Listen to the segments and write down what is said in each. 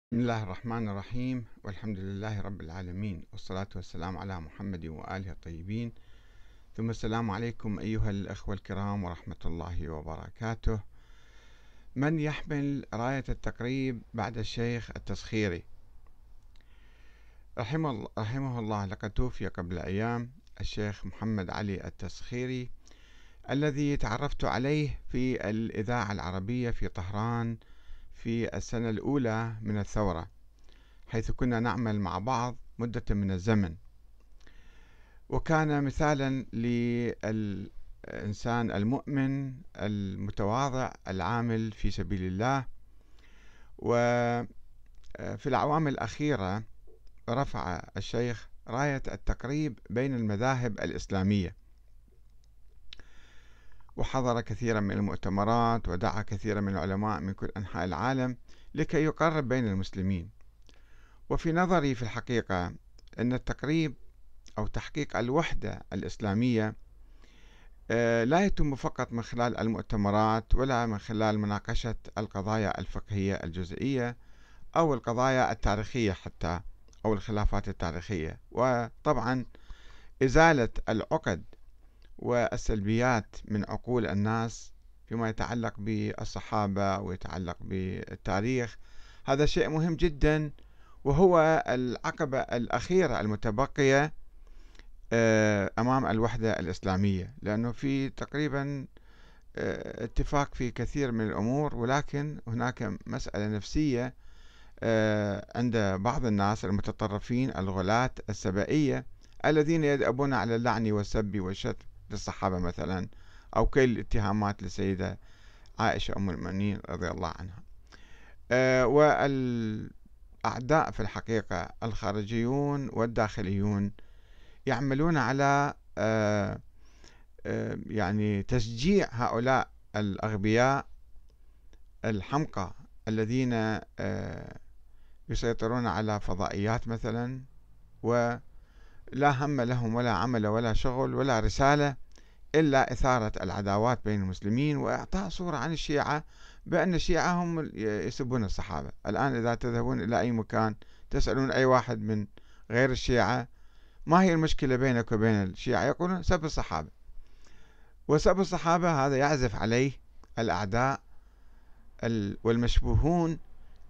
بسم الله الرحمن الرحيم، والحمد لله رب العالمين، والصلاة والسلام على محمد وآله الطيبين، ثم السلام عليكم أيها الأخوة الكرام ورحمة الله وبركاته. من يحمل راية التقريب بعد الشيخ التسخيري رحمه الله؟ لقد توفي قبل أيام الشيخ محمد علي التسخيري، الذي تعرفت عليه في الإذاعة العربية في طهران في السنة الأولى من الثورة، حيث كنا نعمل مع بعض مدة من الزمن، وكان مثالا للإنسان المؤمن المتواضع العامل في سبيل الله. وفي الأعوام الأخيرة رفع الشيخ راية التقريب بين المذاهب الإسلامية، وحضر كثيرا من المؤتمرات، ودعا كثيرا من العلماء من كل أنحاء العالم لكي يقرب بين المسلمين. وفي نظري في الحقيقة أن التقريب أو تحقيق الوحدة الإسلامية لا يتم فقط من خلال المؤتمرات، ولا من خلال مناقشة القضايا الفقهية الجزئية أو القضايا التاريخية حتى، أو الخلافات التاريخية، وطبعا إزالة العقد والسلبيات من عقول الناس فيما يتعلق بالصحابة ويتعلق بالتاريخ. هذا شيء مهم جدا، وهو العقبة الأخيرة المتبقية أمام الوحدة الإسلامية، لأنه في تقريبا اتفاق في كثير من الأمور، ولكن هناك مسألة نفسية عند بعض الناس المتطرفين الغلاة السبائية الذين يدأبون على اللعن والسب والشتم للصحابة مثلا، أو كل الاتهامات للسيدة عائشة أم المؤمنين رضي الله عنها. والأعداء في الحقيقة الخارجيون والداخليون يعملون على يعني تشجيع هؤلاء الأغبياء الحمقى الذين يسيطرون على فضائيات مثلا، ولا هم لهم ولا عمل ولا شغل ولا رسالة إلا إثارة العداوات بين المسلمين، وإعطاء صورة عن الشيعة بأن الشيعة هم يسبون الصحابة. الآن إذا تذهبون إلى أي مكان تسألون أي واحد من غير الشيعة ما هي المشكلة بينك وبين الشيعة، يقولون سب الصحابة. وسب الصحابة هذا يعزف عليه الأعداء والمشبوهون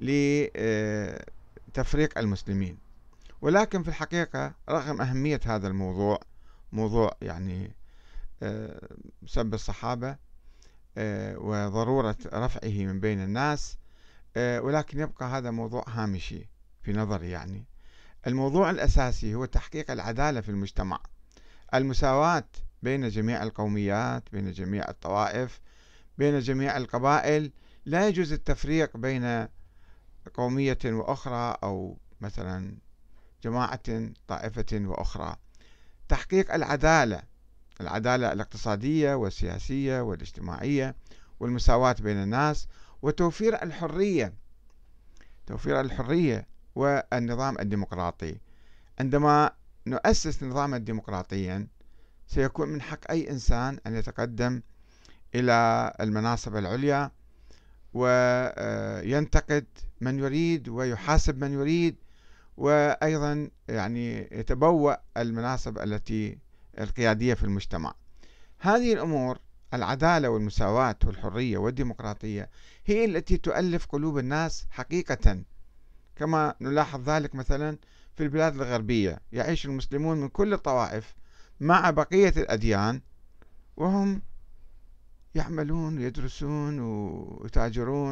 لتفريق المسلمين. ولكن في الحقيقة رغم أهمية هذا الموضوع، موضوع يعني سب الصحابة وضرورة رفعه من بين الناس، ولكن يبقى هذا موضوع هامشي في نظري. يعني الموضوع الأساسي هو تحقيق العدالة في المجتمع، المساواة بين جميع القوميات، بين جميع الطوائف، بين جميع القبائل. لا يجوز التفريق بين قومية وأخرى، أو مثلا جماعة طائفة وأخرى. تحقيق العدالة، العدالة الاقتصادية والسياسية والاجتماعية، والمساواة بين الناس، وتوفير الحرية، توفير الحرية والنظام الديمقراطي. عندما نؤسس نظاما ديمقراطيا سيكون من حق أي إنسان أن يتقدم إلى المناصب العليا، وينتقد من يريد ويحاسب من يريد، وأيضا يعني يتبوأ المناصب القيادية في المجتمع. هذه الأمور، العدالة والمساواة والحرية والديمقراطية، هي التي تؤلف قلوب الناس حقيقة، كما نلاحظ ذلك مثلا في البلاد الغربية. يعيش المسلمون من كل الطوائف مع بقية الأديان، وهم يعملون ويدرسون ويتاجرون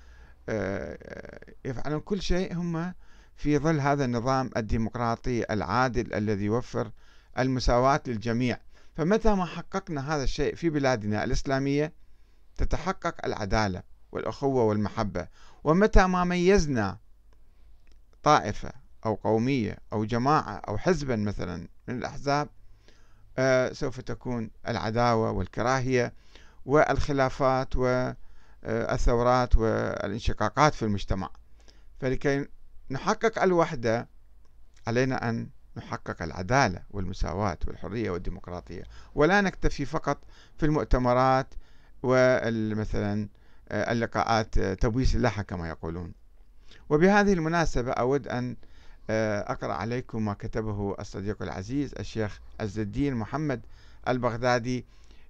ويفعلون كل شيء هم في ظل هذا النظام الديمقراطي العادل الذي يوفر المساواة للجميع. فمتى ما حققنا هذا الشيء في بلادنا الإسلامية تتحقق العدالة والأخوة والمحبة. ومتى ما ميزنا طائفة أو قومية أو جماعة أو حزبا مثلا من الأحزاب، سوف تكون العداوة والكراهية والخلافات والثورات والانشقاقات في المجتمع. فلكي نحقق الوحدة علينا أن نحقق العدالة والمساواة والحرية والديمقراطية، ولا نكتفي فقط في المؤتمرات ومثلا اللقاءات تبويس اللحى كما يقولون. وبهذه المناسبة أود أن أقرأ عليكم ما كتبه الصديق العزيز الشيخ عز الدين محمد البغدادي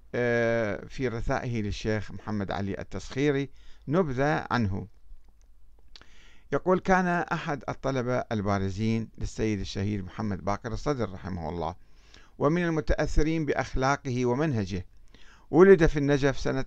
في رثائه للشيخ محمد علي التسخيري، نبذة عنه. يقول: كان أحد الطلبة البارزين للسيد الشهيد محمد باقر الصدر رحمه الله، ومن المتأثرين بأخلاقه ومنهجه. ولد في النجف سنة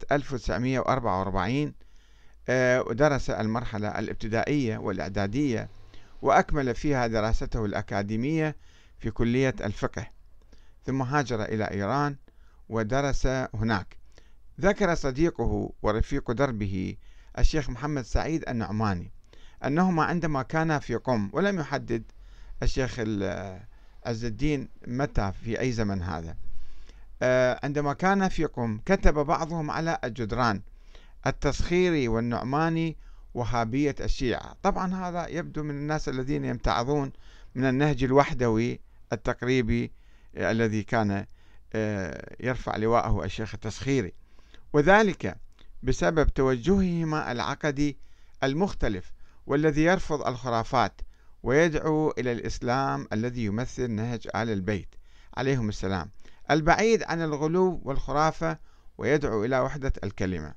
1944، ودرس المرحلة الابتدائية والإعدادية، وأكمل فيها دراسته الأكاديمية في كلية الفقه، ثم هاجر إلى إيران ودرس هناك. ذكر صديقه ورفيق دربه الشيخ محمد سعيد النعماني أنهما عندما كانا في قم، ولم يحدد الشيخ عز الدين متى في أي زمن هذا، عندما كان في قم كتب بعضهم على الجدران: التسخيري والنعماني وهابية الشيعة. طبعا هذا يبدو من الناس الذين يمتعضون من النهج الوحدوي التقريبي الذي كان يرفع لواءه الشيخ التسخيري، وذلك بسبب توجههما العقدي المختلف، والذي يرفض الخرافات ويدعو إلى الإسلام الذي يمثل نهج آل البيت عليهم السلام، البعيد عن الغلو والخرافة، ويدعو إلى وحدة الكلمة.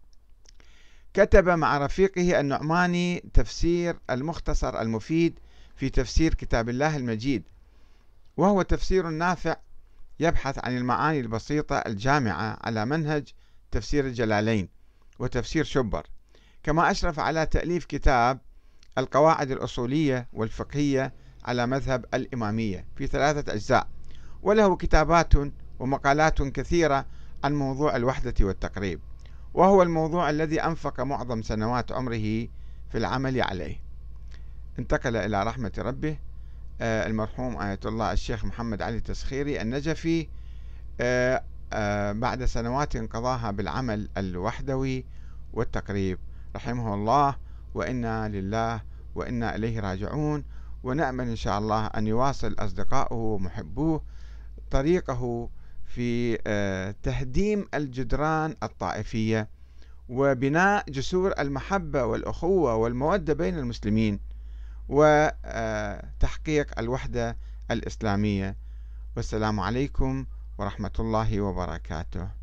كتب مع رفيقه النعماني تفسير المختصر المفيد في تفسير كتاب الله المجيد، وهو تفسير نافع يبحث عن المعاني البسيطة الجامعة على منهج تفسير الجلالين وتفسير شبر. كما أشرف على تأليف كتاب القواعد الأصولية والفقهية على مذهب الإمامية في 3 أجزاء، وله كتابات ومقالات كثيرة عن موضوع الوحدة والتقريب، وهو الموضوع الذي أنفق معظم سنوات عمره في العمل عليه. انتقل إلى رحمة ربه المرحوم آية الله الشيخ محمد علي التسخيري النجفي بعد سنوات قضاها بالعمل الوحدوي والتقريب رحمه الله، وإنا لله وإنا إليه راجعون. ونأمل إن شاء الله أن يواصل أصدقائه ومحبوه طريقه في تهديم الجدران الطائفية وبناء جسور المحبة والأخوة والمودة بين المسلمين، وتحقيق الوحدة الإسلامية. والسلام عليكم ورحمة الله وبركاته.